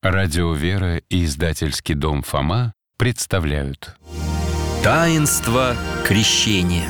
Радио «Вера» и издательский дом «Фома» представляют Таинство крещения.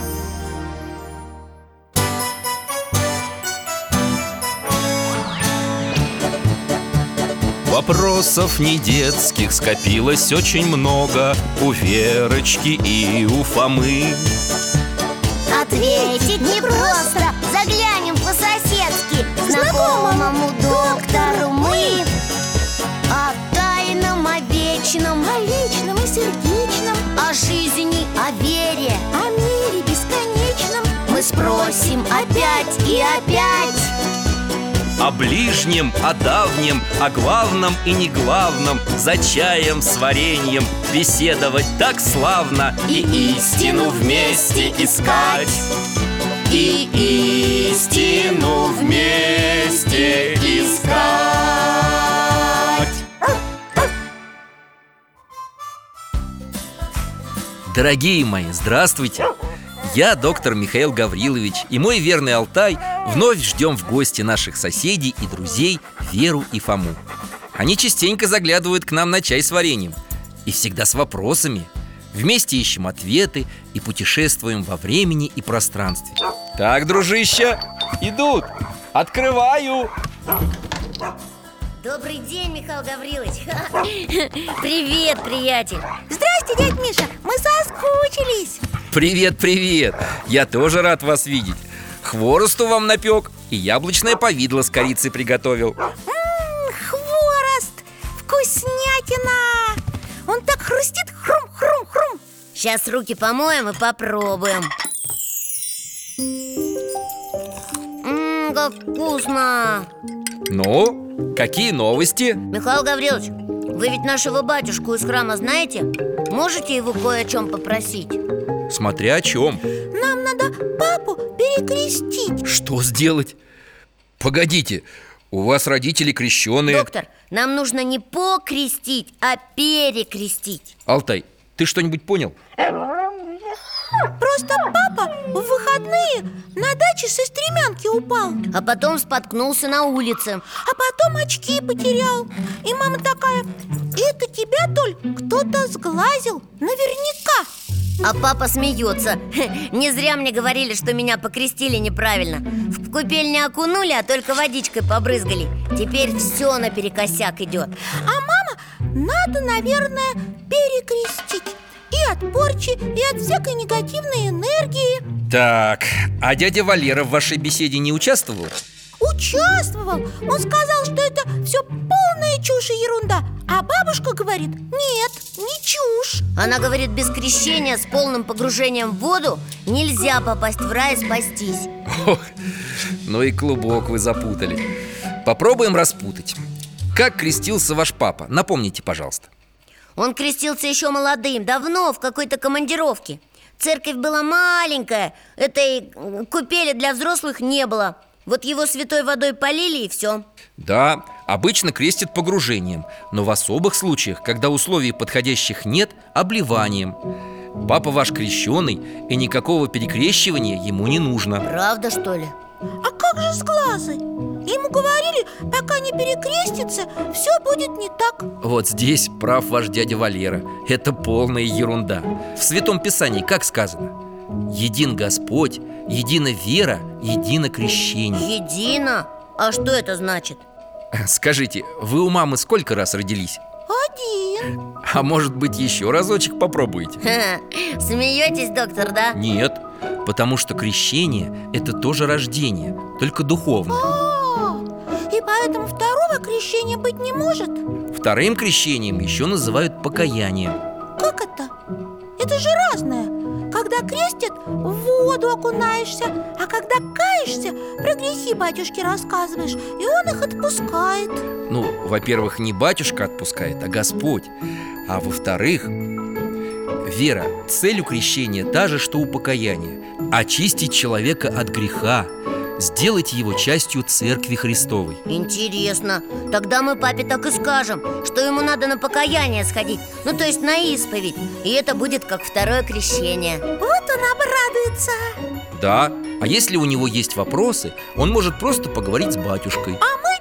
Вопросов не детских скопилось очень много у Верочки и у Фомы. Ответить непросто, заглянем по-соседски знакомому доктору мы. О тайном, о вечном, о личном и сердечном, о жизни, о вере, о мире бесконечном мы спросим опять и опять. О ближнем, о давнем, о главном и неглавном, за чаем с вареньем беседовать так славно. И истину вместе искать, и истину вместе искать. Дорогие мои, здравствуйте! Я доктор Михаил Гаврилович и мой верный Алтай вновь ждем в гости наших соседей и друзей Веру и Фому. Они частенько заглядывают к нам на чай с вареньем и всегда с вопросами. Вместе ищем ответы и путешествуем во времени и пространстве. Так, дружище, идут! Открываю! Добрый день, Михаил Гаврилович. Привет, приятель. Здрасте, дядь Миша, мы соскучились. Привет, привет! Я тоже рад вас видеть. Хворосту вам напек и яблочное повидло с корицей приготовил. Хворост! Вкуснятина! Он так хрустит, хрум-хрум-хрум. Сейчас руки помоем и попробуем. Как вкусно! Ну, какие новости? Михаил Гаврилович, вы ведь нашего батюшку из храма знаете? Можете его кое о чем попросить? Смотря о чем. Нам надо папу перекрестить. Что сделать? Погодите, у вас родители крещеные. Доктор, нам нужно не покрестить, а перекрестить. Алтай, ты что-нибудь понял? Просто папа в выходные на даче со стремянки упал, А потом споткнулся на улице. а потом очки потерял. И мама такая: это тебя, Толь, кто-то сглазил, наверняка. А папа смеется. Не зря мне говорили, что меня покрестили неправильно. В купель не окунули, а только водичкой побрызгали. Теперь все наперекосяк идет. А мама, надо, наверное, перекрестить. И от порчи, и от всякой негативной энергии. Так, а дядя Валера в вашей беседе не участвовал? Участвовал. Он сказал, что это все полная чушь и ерунда. А бабушка говорит: нет, не чушь. Она говорит, без крещения с полным погружением в воду нельзя попасть в рай и спастись. Ох, ну и клубок вы запутали. Попробуем распутать. Как крестился ваш папа? Напомните, пожалуйста. Он крестился еще молодым, давно, в какой-то командировке. Церковь была маленькая, этой купели для взрослых не было. Вот его святой водой полили и все. Да, обычно крестят погружением, но в особых случаях, когда условий подходящих нет, обливанием. Папа ваш крещеный, и никакого перекрещивания ему не нужно. Правда, что ли? А как же сглазы? Ему говорили, пока не перекрестится, все будет не так. Вот здесь прав ваш дядя Валера. Это полная ерунда. В Святом Писании как сказано? Един Господь, едина вера, едино крещение. Едино? А что это значит? Скажите, вы у мамы сколько раз родились? Один. А может быть, еще разочек попробуете? Смеетесь, доктор, да? Нет, потому что крещение – это тоже рождение, только духовное. И поэтому второго крещения быть не может. Вторым крещением еще называют покаянием. Как это? Это же разное. Когда крестят, в воду окунаешься, а когда каешься, про грехи батюшке рассказываешь, и он их отпускает. Ну, во-первых, не батюшка отпускает, а Господь. А во-вторых, Вера, цель у крещения та же, что у покаяния: очистить человека от греха, сделать его частью Церкви Христовой. Интересно. Тогда мы папе так и скажем, что ему надо на покаяние сходить. Ну, то есть на исповедь. И это будет как второе крещение. Вот он обрадуется. Да, а если у него есть вопросы, он может просто поговорить с батюшкой. А мы,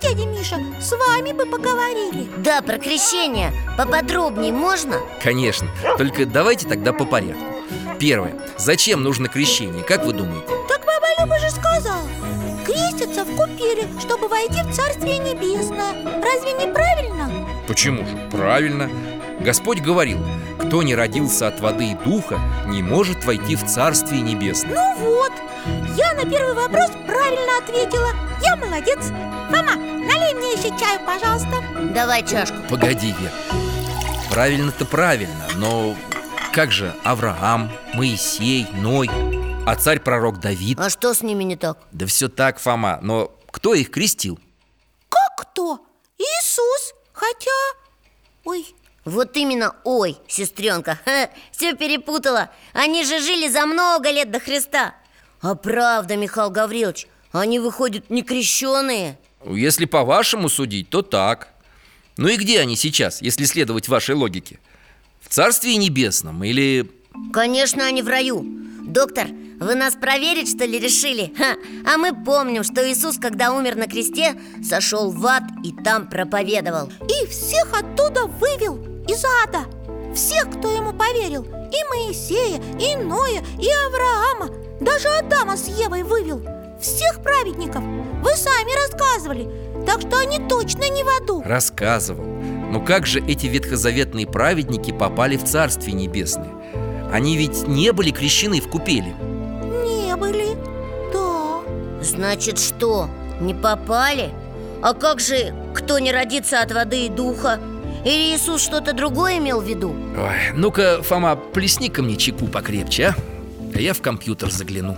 дядя Миша, с вами бы поговорили. Да, про крещение поподробнее можно? Конечно, только давайте тогда по порядку. Первое. Зачем нужно крещение, как вы думаете? Так баба Люба же сказала: крестятся в купели, чтобы войти в Царствие Небесное. Разве не правильно? Почему же? Правильно. Господь говорил: кто не родился от воды и духа, не может войти в Царствие Небесное. Ну вот, я на первый вопрос правильно ответила. Я молодец. Фома, налей мне еще чаю, пожалуйста. Давай чашку. Погоди, Вер. Правильно-то правильно, но как же Авраам, Моисей, Ной, а царь-пророк Давид? А что с ними не так? Да все так, Фома, но кто их крестил? Как кто? Иисус. Хотя... Ой, Вот именно, ой, сестренка, все перепутала. Они же жили за много лет до Христа. А правда, Михаил Гаврилович, они, выходят, не крещеные. Если по-вашему судить, то так. Ну и где они сейчас, если следовать вашей логике? В Царстве Небесном или... Конечно, они в раю. Доктор, вы нас проверить, что ли, решили? А мы помним, что Иисус, когда умер на кресте, сошел в ад и там проповедовал. и всех оттуда вывел из ада. Всех, кто ему поверил. И Моисея, и Ноя, и Авраама. Даже Адама с Евой вывел. Всех праведников. Вы сами рассказывали. Так что они точно не в аду. Рассказывал. Но как же эти ветхозаветные праведники попали в Царствие Небесное? Они ведь не были крещены в купели. Не были. Да. Значит, что, не попали? А как же, кто не родится от воды и духа? Или Иисус что-то другое имел в виду? Ой, ну-ка, Фома, плесни-ка мне чайку покрепче, а я в компьютер загляну.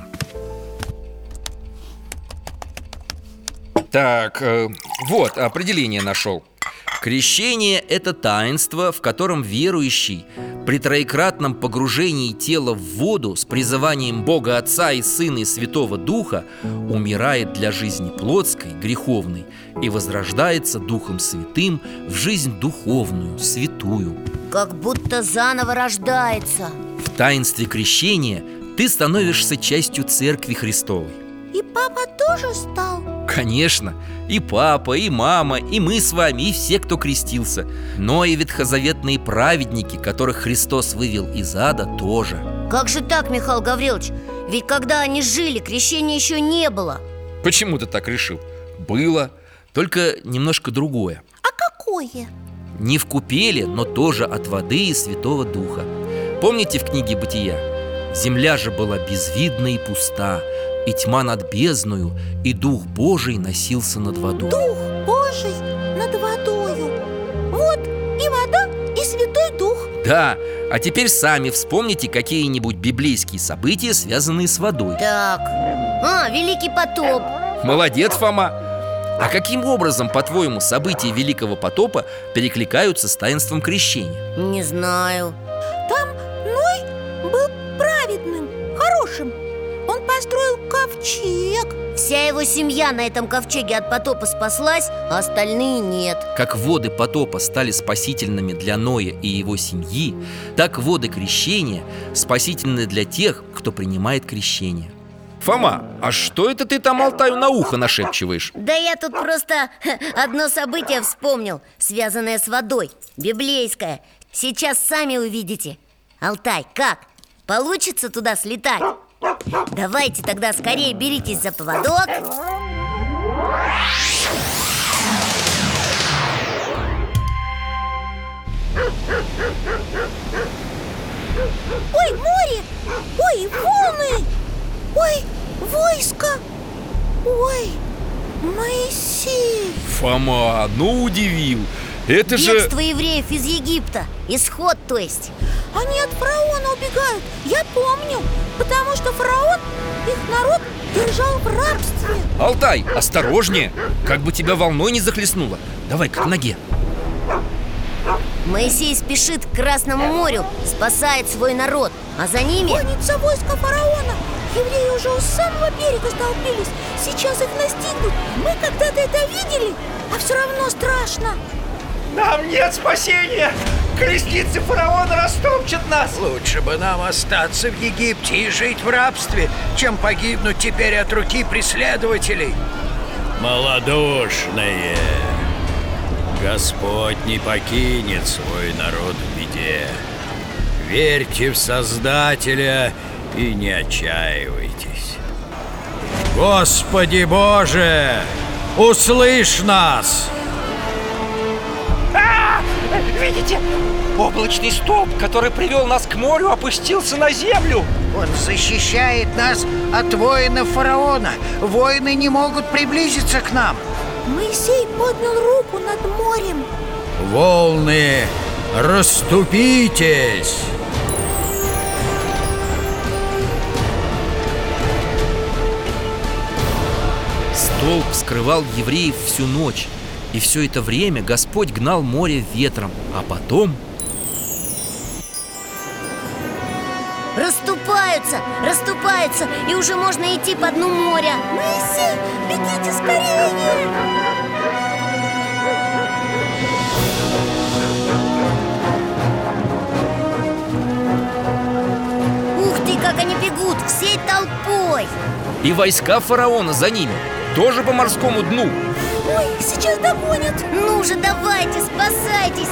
Так, вот, определение нашел. Крещение – это таинство, в котором верующий при троекратном погружении тела в воду с призыванием Бога Отца и Сына и Святого Духа умирает для жизни плотской, греховной и возрождается Духом Святым в жизнь духовную, святую. Как будто заново рождается. В таинстве крещения ты становишься частью Церкви Христовой. И папа тоже стал. Конечно, и папа, и мама, и мы с вами, и все, кто крестился. Но и ветхозаветные праведники, которых Христос вывел из ада, тоже. Как же так, Михаил Гаврилович? Ведь когда они жили, крещения еще не было. Почему ты так решил? Было, только немножко другое. А какое? Не в купели, но тоже от воды и Святого Духа. Помните в книге «Бытия»? Земля же была безвидна и пуста, и тьма над бездною, и Дух Божий носился над водой. Дух Божий над водою. Вот и вода, и Святой Дух. Да, а теперь сами вспомните какие-нибудь библейские события, связанные с водой. Так, Великий потоп. Молодец, Фома! А каким образом, по-твоему, события Великого потопа перекликаются с таинством крещения? Не знаю. Там Ной был праведным, хорошим. Он построил ковчег. Вся его семья на этом ковчеге от потопа спаслась, а остальные нет. Как воды потопа стали спасительными для Ноя и его семьи, так воды крещения спасительны для тех, кто принимает крещение. Фома, а что это ты там Алтаю на ухо нашепчиваешь? Да я тут просто одно событие вспомнил, связанное с водой, библейское. Сейчас сами увидите. Алтай, как? Получится туда слетать? Давайте тогда скорее беритесь за поводок. Ой, море! Ой, волны! Ой, войско! Ой, Моисей! Фома, ну удивил. Это же... Бегство евреев из Египта. Исход, то есть. Они от фараона убегают, я помню. Потому что фараон их народ держал в рабстве. Алтай, осторожнее, как бы тебя волной не захлестнуло. Давай-ка к ноге. Моисей спешит к Красному морю, спасает свой народ. А за ними... Гонится войско фараона. Евреи уже у самого берега столпились. Сейчас их настигнут. Мы когда-то это видели, а все равно страшно. Нам нет спасения! Колесницы фараона растопчут нас! Лучше бы нам остаться в Египте и жить в рабстве, чем погибнуть теперь от руки преследователей. малодушные. Господь не покинет свой народ в беде. Верьте в Создателя и не отчаивайтесь. Господи Боже, услышь нас! Видите? Облачный столб, который привел нас к морю, опустился на землю. Он защищает нас от воинов фараона. Воины не могут приблизиться к нам. Моисей поднял руку над морем. Волны, расступитесь! Столб скрывал евреев всю ночь. И все это время Господь гнал море ветром. А потом... Расступаются, расступаются, и уже можно идти по дну моря. Моисей, бегите скорее! Ух ты, как они бегут, всей толпой! И войска фараона за ними, тоже по морскому дну. Ой, сейчас догонят. Ну же, давайте, спасайтесь!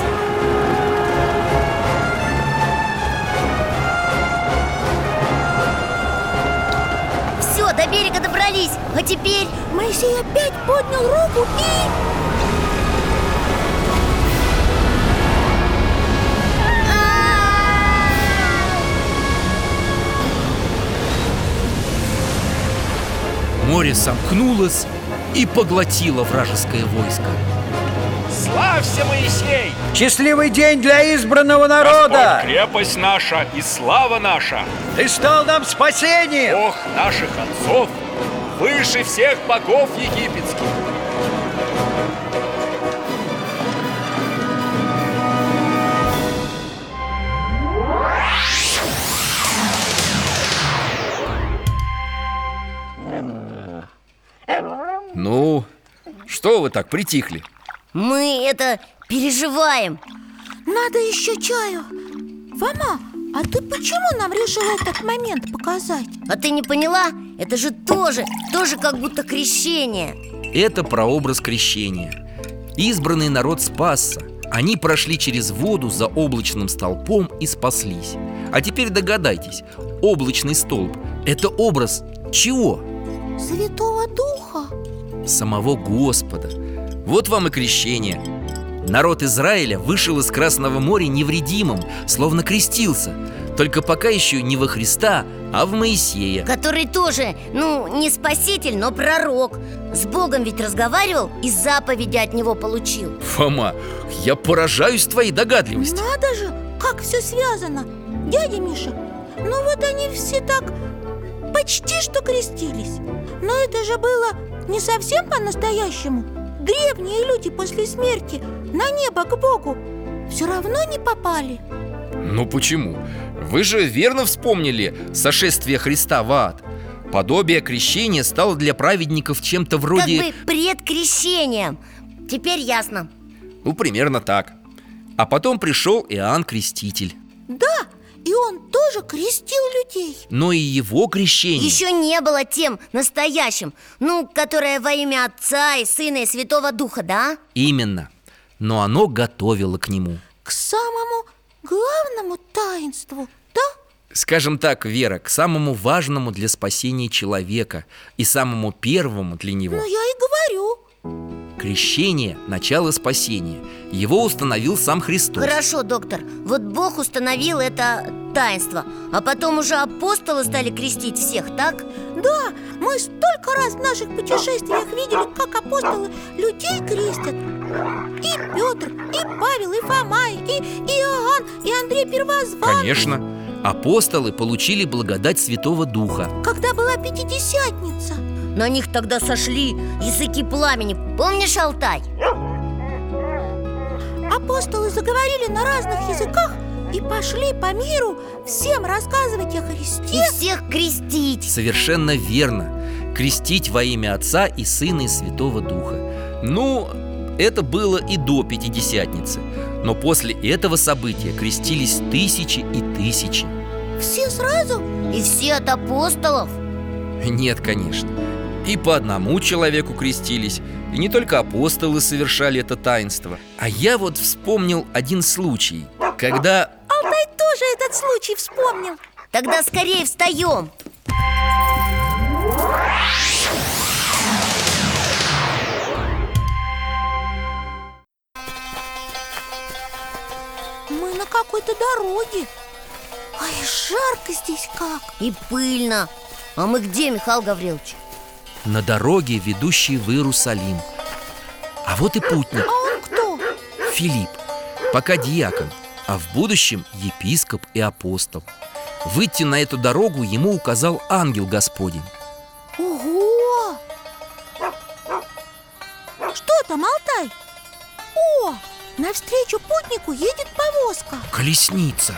Все, до берега добрались, а теперь... Моисей опять поднял руку и... Море сомкнулось и поглотило вражеское войско. Славься, Моисей! Счастливый день для избранного народа! Господь, крепость наша и слава наша! Ты стал нам спасением! Бог наших отцов выше всех богов египетских. Ну, что вы так притихли? Мы это переживаем. Надо еще чаю. Фома, а ты почему нам решил этот момент показать? А ты не поняла? Это же тоже как будто крещение. Это прообраз крещения. Избранный народ спасся. Они прошли через воду за облачным столпом и спаслись. А теперь догадайтесь, облачный столб – это образ чего? Святого Духа. Самого Господа. Вот вам и крещение. Народ Израиля вышел из Красного моря невредимым, словно крестился. Только пока еще не во Христа, а в Моисея. Который тоже, не спаситель, но пророк. С Богом ведь разговаривал и заповеди от него получил. Фома, я поражаюсь твоей догадливости. Надо же, как все связано. Дядя Миша, ну вот они все так почти что крестились. Но это же было не совсем по-настоящему. Древние люди после смерти на небо к Богу все равно не попали. Ну почему? Вы же верно вспомнили сошествие Христа в ад. Подобие крещения стало для праведников чем-то вроде... Как бы предкрещением. Теперь ясно. Ну, примерно так. А потом пришел Иоанн Креститель. Да, и он тоже крестил людей. Но и его крещение... Еще не было тем настоящим, которое во имя Отца и Сына и Святого Духа, да? Именно. Но оно готовило к нему. К самому главному таинству, да? Скажем так, Вера, к самому важному для спасения человека и самому первому для него. Ну, я и говорю. Крещение – начало спасения. Его установил сам Христос. Хорошо, доктор, вот Бог установил это таинство, а потом уже апостолы стали крестить всех, так? Да, мы столько раз в наших путешествиях видели, как апостолы людей крестят. И Петр, и Павел, и Фома, и Иоанн, и Андрей Первозванный. Конечно. Апостолы получили благодать Святого Духа. Когда была Пятидесятница. На них тогда сошли языки пламени. Помнишь, Алтай? Апостолы заговорили на разных языках и пошли по миру всем рассказывать о Христе. И всех крестить. Совершенно верно. Крестить во имя Отца и Сына и Святого Духа. Ну, это было и до Пятидесятницы. Но после этого события крестились тысячи и тысячи. Все сразу? И все от апостолов? Нет, конечно. И по одному человеку крестились, и не только апостолы совершали это таинство. А я вот вспомнил один случай, когда... Алтай тоже этот случай вспомнил. Тогда скорее встаем. Мы на какой-то дороге. Ой, жарко здесь как. И пыльно. А мы где, Михаил Гаврилович? На дороге, ведущей в Иерусалим. А вот и путник. А он кто? Филипп, пока диакон, а в будущем епископ и апостол. Выйти на эту дорогу ему указал ангел Господень. Ого! Что там, Алтай? О, навстречу путнику едет повозка. Колесница.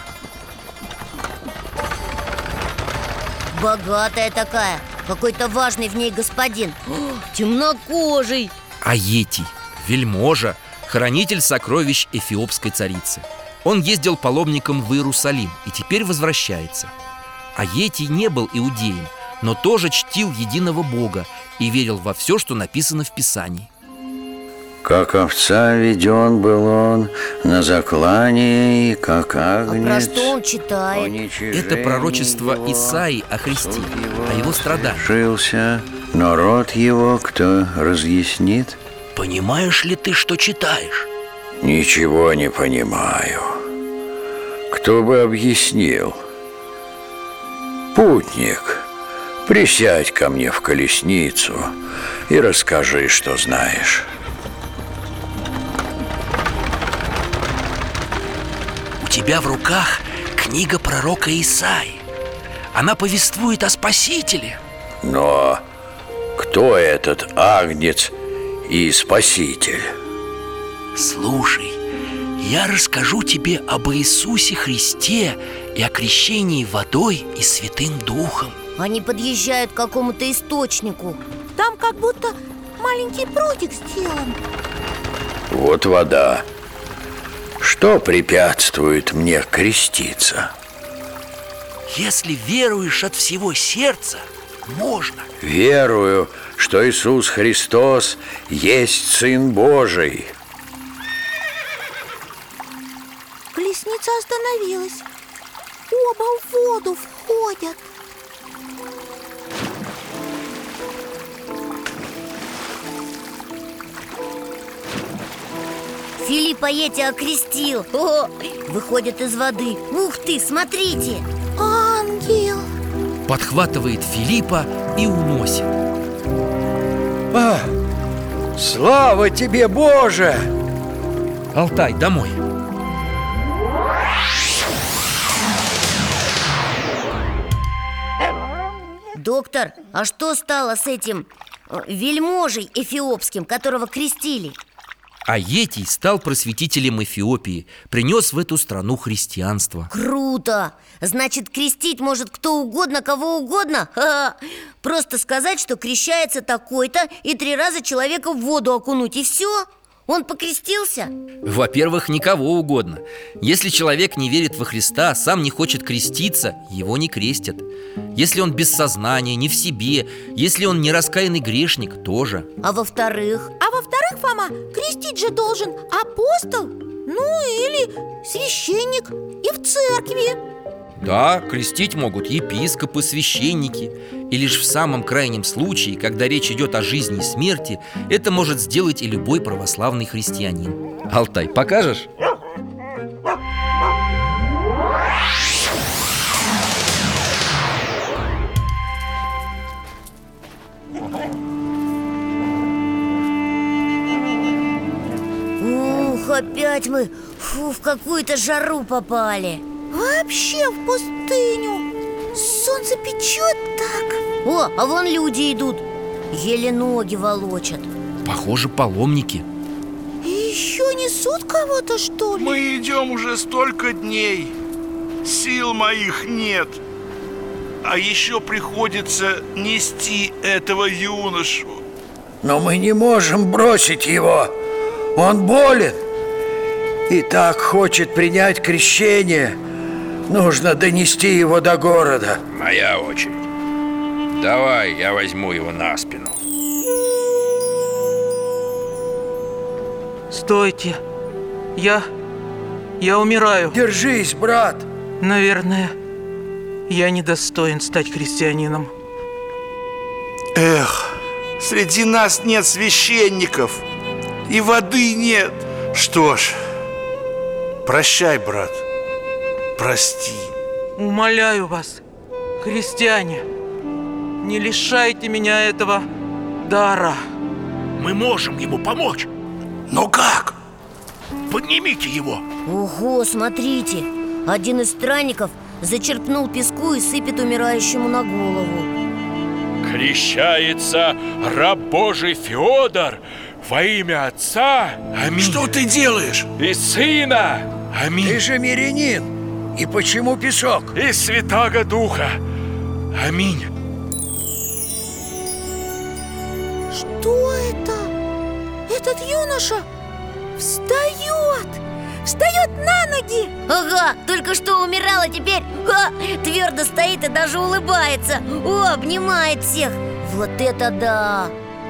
Богатая такая. Какой-то важный в ней господин. Темнокожий. Аетий, вельможа, хранитель сокровищ эфиопской царицы. Он ездил паломником в Иерусалим и теперь возвращается. Аетий не был иудеем, но тоже чтил единого Бога и верил во все, что написано в Писании. Как овца веден был он на заклание, и как агнец. А про что он читает? Это пророчество Исаии о Христе, о его страданиях. Решился, но род его кто разъяснит? Понимаешь ли ты, что читаешь? Ничего не понимаю. Кто бы объяснил? Путник, присядь ко мне в колесницу и расскажи, что знаешь. У тебя в руках книга пророка Исаии. Она повествует о Спасителе. Но кто этот агнец и спаситель? Слушай, я расскажу тебе об Иисусе Христе и о крещении водой и Святым Духом. Они подъезжают к какому-то источнику. Там как будто маленький прудик сделан. Вот вода. Что препятствует мне креститься? Если веруешь от всего сердца, можно. Верую, что Иисус Христос есть Сын Божий. Колесница остановилась. Оба в воду входят. Филипп Аетия окрестил. О, выходит из воды. Ух ты, смотрите. Ангел. Подхватывает Филиппа и уносит. Слава тебе, Боже! Алтай, домой. Доктор, а что стало с этим вельможей эфиопским, которого крестили? Аетий стал просветителем Эфиопии, принес в эту страну христианство. Круто! Значит, крестить может кто угодно, кого угодно? Ха-ха. Просто сказать, что крещается такой-то, и 3 раза человека в воду окунуть, и все? Он покрестился? Во-первых, никого угодно. Если человек не верит во Христа, сам не хочет креститься, его не крестят. Если он без сознания, не в себе, если он не раскаянный грешник, тоже. А во-вторых? А во-вторых, Фома, крестить же должен апостол, ну или священник, и в церкви. Да, крестить могут епископы, священники. И лишь в самом крайнем случае, когда речь идет о жизни и смерти, это может сделать и любой православный христианин. Алтай, покажешь? Ух, опять мы в какую-то жару попали. Вообще в пустыню. Солнце печет так. О, а вон люди идут. Еле ноги волочат. Похоже, паломники. И еще несут кого-то, что ли? Мы идем уже столько дней. Сил моих нет. А еще приходится нести этого юношу. Но мы не можем бросить его. Он болен и так хочет принять крещение. Нужно донести его до города. Моя очередь. Давай, я возьму его на спину. Стойте. Я умираю. Держись, брат. Наверное, я недостоин стать христианином. Эх, среди нас нет священников, и воды нет. Что ж, прощай, брат, прости. Умоляю вас, христиане, не лишайте меня этого дара. Мы можем ему помочь. Но как? Поднимите его. Ого, смотрите, один из странников зачерпнул песку и сыпет умирающему на голову. Крещается раб Божий Феодор во имя Отца. Аминь. Что ты делаешь? И Сына. Аминь. Ты же мирянин. И почему песок? И Святаго Духа. Аминь. Что это? Этот юноша встает! Встает на ноги! Ага, только что умирал, а теперь твердо стоит и даже улыбается. О, обнимает всех. Вот это да!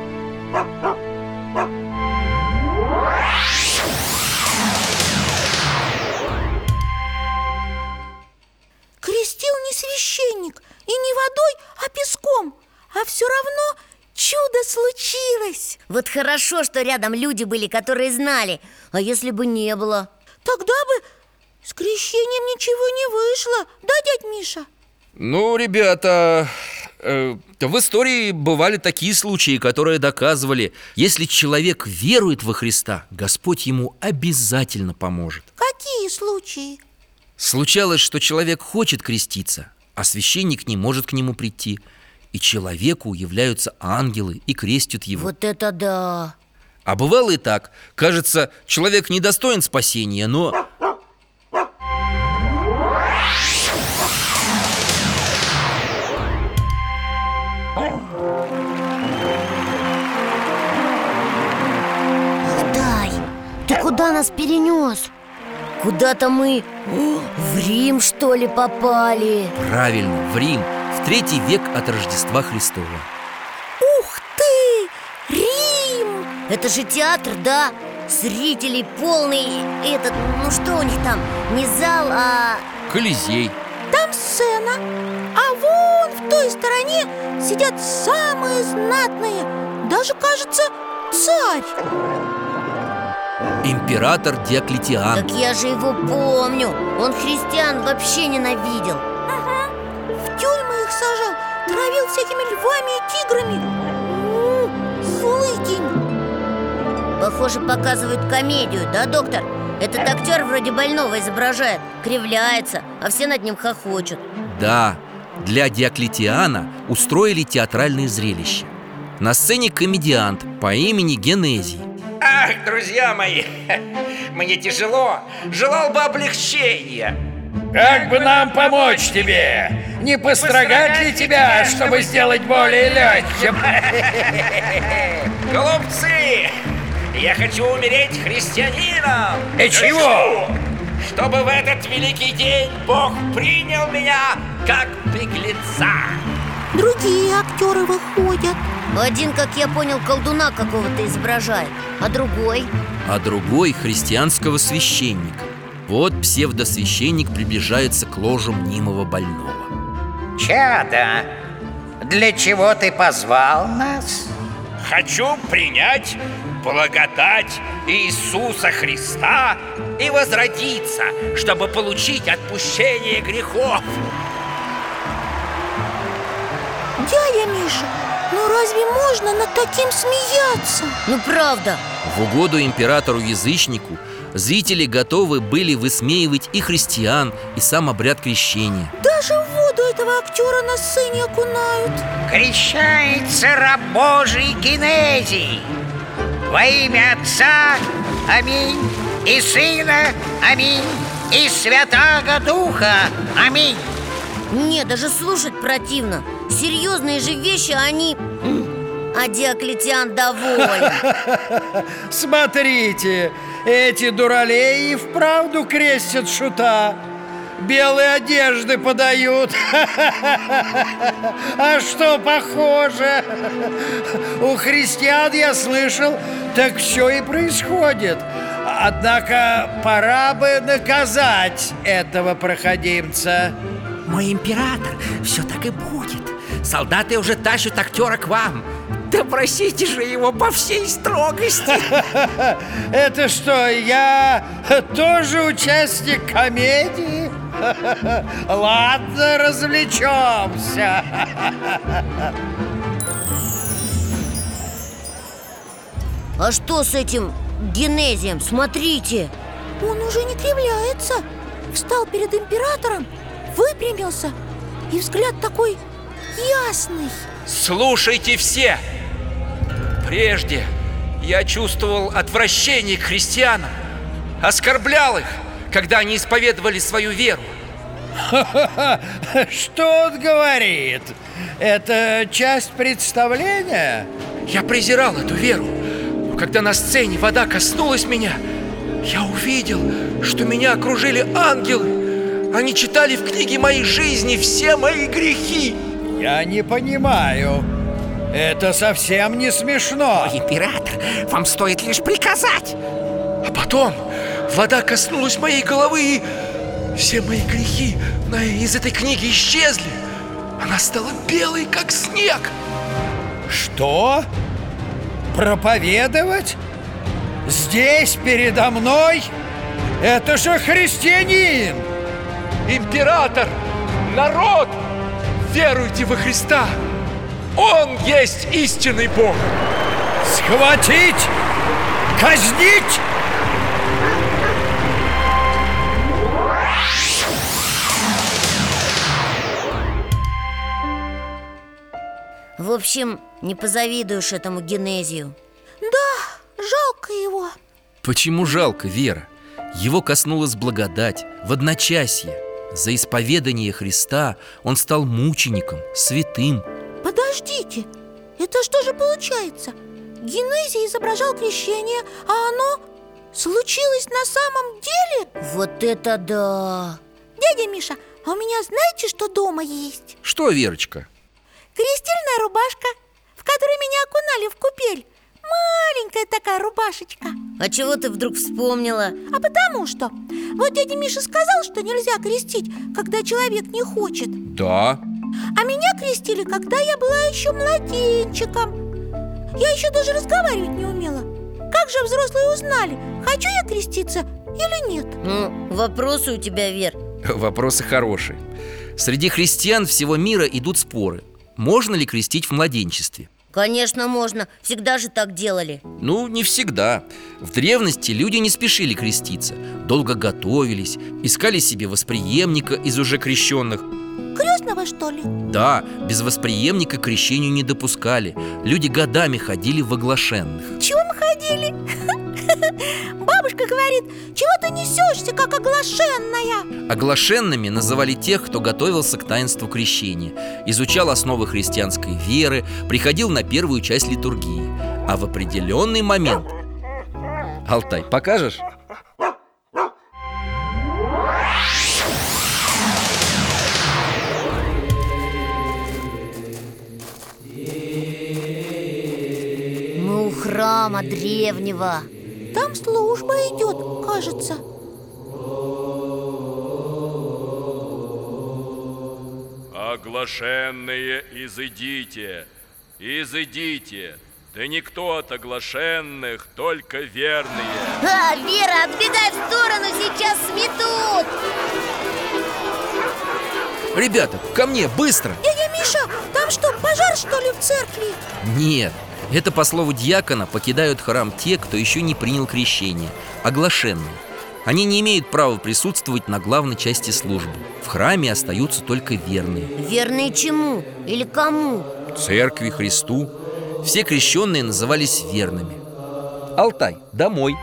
Крестил не священник и не водой, а песком. А все равно чудо случилось. Вот хорошо, что рядом люди были, которые знали. А если бы не было? Тогда бы с крещением ничего не вышло. Да, дядь Миша? Ну, ребята, в истории бывали такие случаи, которые доказывали, если человек верует во Христа, Господь ему обязательно поможет. Какие случаи? Случалось, что человек хочет креститься, а священник не может к нему прийти, и человеку являются ангелы и крестят его. Вот это да! А бывало и так. Кажется, человек недостоин спасения, но... Алтай, ты куда нас перенес? Куда-то мы в Рим, что ли, попали? Правильно, в Рим, в 3 век от Рождества Христова. Ух ты! Рим! Это же театр, да? Зрителей полный этот, ну что у них там? Не зал, а... Колизей. Там сцена, а вон в той стороне сидят самые знатные. Даже, кажется, царь. Император Диоклетиан. Так я же его помню. Он христиан вообще ненавидел. Ага. В тюрьмы их сажал, травил всякими львами и тиграми. Злыдень. Похоже, показывают комедию, да, доктор? Этот актер вроде больного изображает, кривляется, а все над ним хохочут. Да, для Диоклетиана устроили театральное зрелище. На сцене комедиант по имени Генезий. Ах, друзья мои, мне тяжело. Желал бы облегчения. Как бы нам помочь тебе? Не построгать ли тебя, чтобы сделать более легким? Голубцы, я хочу умереть христианином. И чего? Чтобы в этот великий день Бог принял меня как беглеца. Другие актеры выходят. Один, как я понял, колдуна какого-то изображает, а другой? А другой христианского священника. Вот псевдосвященник приближается к ложу мнимого больного. Чадо, для чего ты позвал нас? Хочу принять благодать Иисуса Христа и возродиться, чтобы получить отпущение грехов. Дядя Миша, ну разве можно над таким смеяться? Ну правда. В угоду императору-язычнику зрители готовы были высмеивать и христиан, и сам обряд крещения. Даже в воду этого актера на сцене окунают. Крещается раб Божий Генезий. Во имя Отца, аминь, и Сына, аминь, и Святаго Духа, аминь. Не, даже слушать противно. Серьезные же вещи, они... А Диоклетиан доволен. Смотрите, эти дуралеи вправду крестят шута. Белые одежды подают. А что похоже? У христиан, я слышал, так все и происходит. Однако пора бы наказать этого проходимца. Мой император, все так и будет. Солдаты уже тащат актера к вам. Да просите же его по всей строгости. Это что, я тоже участник комедии? Ладно, развлечемся. А что с этим Генезием? Смотрите. Он уже не кривляется. Встал перед императором, выпрямился, и взгляд такой ясный. Слушайте все! Прежде я чувствовал отвращение к христианам, оскорблял их, когда они исповедовали свою веру. Что он говорит? Это часть представления? Я презирал эту веру, но когда на сцене вода коснулась меня, я увидел, что меня окружили ангелы. Они читали в книге моей жизни все мои грехи. Я не понимаю. Это совсем не смешно. Император, вам стоит лишь приказать. А потом вода коснулась моей головы, и все мои грехи из этой книги исчезли. Она стала белой, как снег. Что? Проповедовать? Здесь, передо мной? Это же христианин! Император! Народ! Веруйте во Христа! Он есть истинный Бог! Схватить! Казнить! В общем, не позавидуешь этому Генезию. Да, жалко его. Почему жалко, Вера? Его коснулась благодать в одночасье. За исповедание Христа он стал мучеником, святым. Подождите, это что же получается? Генезий изображал крещение, а оно случилось на самом деле? Вот это да! Дядя Миша, а у меня знаете, что дома есть? Что, Верочка? Крестильная рубашка, в которой меня окунали в купель. Маленькая такая рубашечка. А чего ты вдруг вспомнила? А потому что вот дядя Миша сказал, что нельзя крестить, когда человек не хочет. Да. А меня крестили, когда я была еще младенчиком. Я еще даже разговаривать не умела. Как же взрослые узнали, хочу я креститься или нет? Ну, вопросы у тебя, Вер. Вопросы хорошие. Среди христиан всего мира идут споры. Можно ли крестить в младенчестве? Конечно, можно. Всегда же так делали. Ну, не всегда. В древности люди не спешили креститься. Долго готовились, искали себе восприемника из уже крещенных. Крестного, что ли? Да, без восприемника к крещению не допускали. Люди годами ходили в оглашенных. Чего мы ходили? Бабушка говорит, чего ты несешься, как оглашенная? Оглашенными называли тех, кто готовился к таинству крещения, изучал основы христианской веры, приходил на первую часть литургии. А в определенный момент... Алтай, покажешь? Мы у храма древнего. Там служба идет, кажется. Оглашенные, изыдите, изыдите. Да никто от оглашенных, только верные. А, Вера, отбегай в сторону, сейчас сметут. Ребята, ко мне, быстро! Дядя Миша, там что, пожар, что ли, в церкви? Нет, это по слову диакона покидают храм те, кто еще не принял крещение, оглашенные. Они не имеют права присутствовать на главной части службы. В храме остаются только верные. Верные чему? Или кому? Церкви, Христу. Все крещенные назывались верными. Алтай, домой.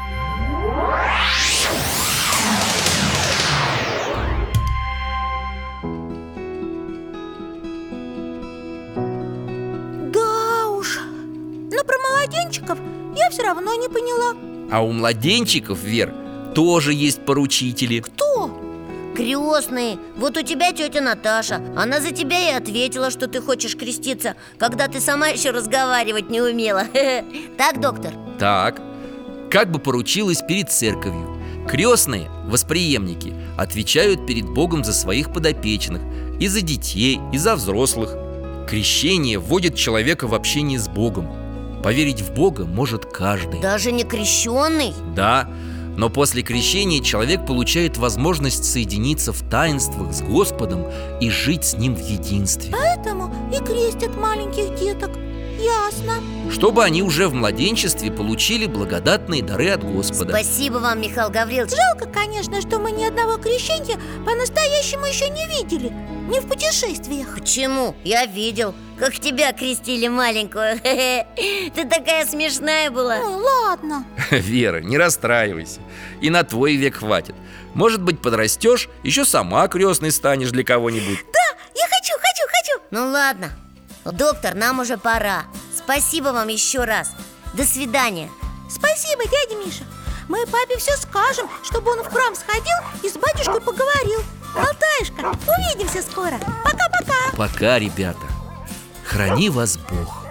Да уж. Но про младенчиков я все равно не поняла. А у младенчиков, Вер, тоже есть поручители. Кто? Крестные. Вот у тебя тетя Наташа. Она за тебя и ответила, что ты хочешь креститься, когда ты сама еще разговаривать не умела. Так, доктор? Так. как бы поручилась перед церковью. Крестные, восприемники, отвечают перед Богом за своих подопечных, и за детей, и за взрослых. Крещение вводит человека в общение с Богом. Поверить в Бога может каждый. Даже не крещенный? Да, но после крещения человек получает возможность соединиться в таинствах с Господом и жить с Ним в единстве. Поэтому и крестят маленьких деток. Ясно. Чтобы они уже в младенчестве получили благодатные дары от Господа. Спасибо вам, Михаил Гаврилович. Жалко, конечно, что мы ни одного крещения по-настоящему еще не видели. Не в путешествиях. Почему? Я видел, как тебя крестили маленькую. Ты такая смешная была. Ну, ладно. Вера, не расстраивайся. И на твой век хватит. Может быть, подрастешь, еще сама крестной станешь для кого-нибудь. Да, я хочу. Ну ладно, доктор, нам уже пора. Спасибо вам еще раз. До свидания. Спасибо, дядя Миша. Мы папе все скажем, чтобы он в храм сходил и с батюшкой поговорил. Алтаюшка, увидимся скоро. Пока-пока. Пока, ребята. Храни вас Бог.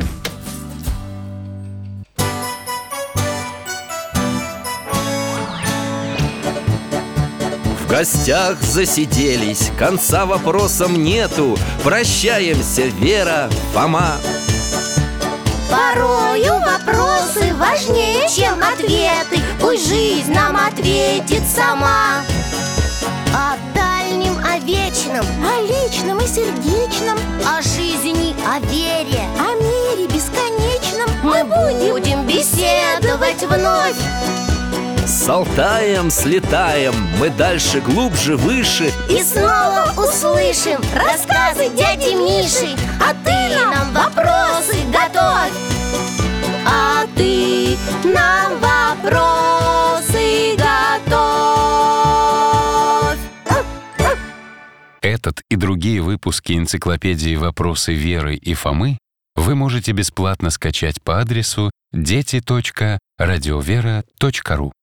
В гостях засиделись, конца вопросам нету. Прощаемся, Вера, Фома. Порою вопросы важнее, чем ответы. Пусть жизнь нам ответит сама. О дальнем, о вечном, О личном и сердечном, о жизни, о вере о мире бесконечном мы будем беседовать вновь. С Алтаем слетаем, мы дальше, глубже, выше. И снова услышим рассказы дяди Миши. А ты нам вопросы готовь. А ты нам вопросы готовь. Этот и другие выпуски энциклопедии «Вопросы Веры и Фомы» вы можете бесплатно скачать по адресу дети.радиовера.ру.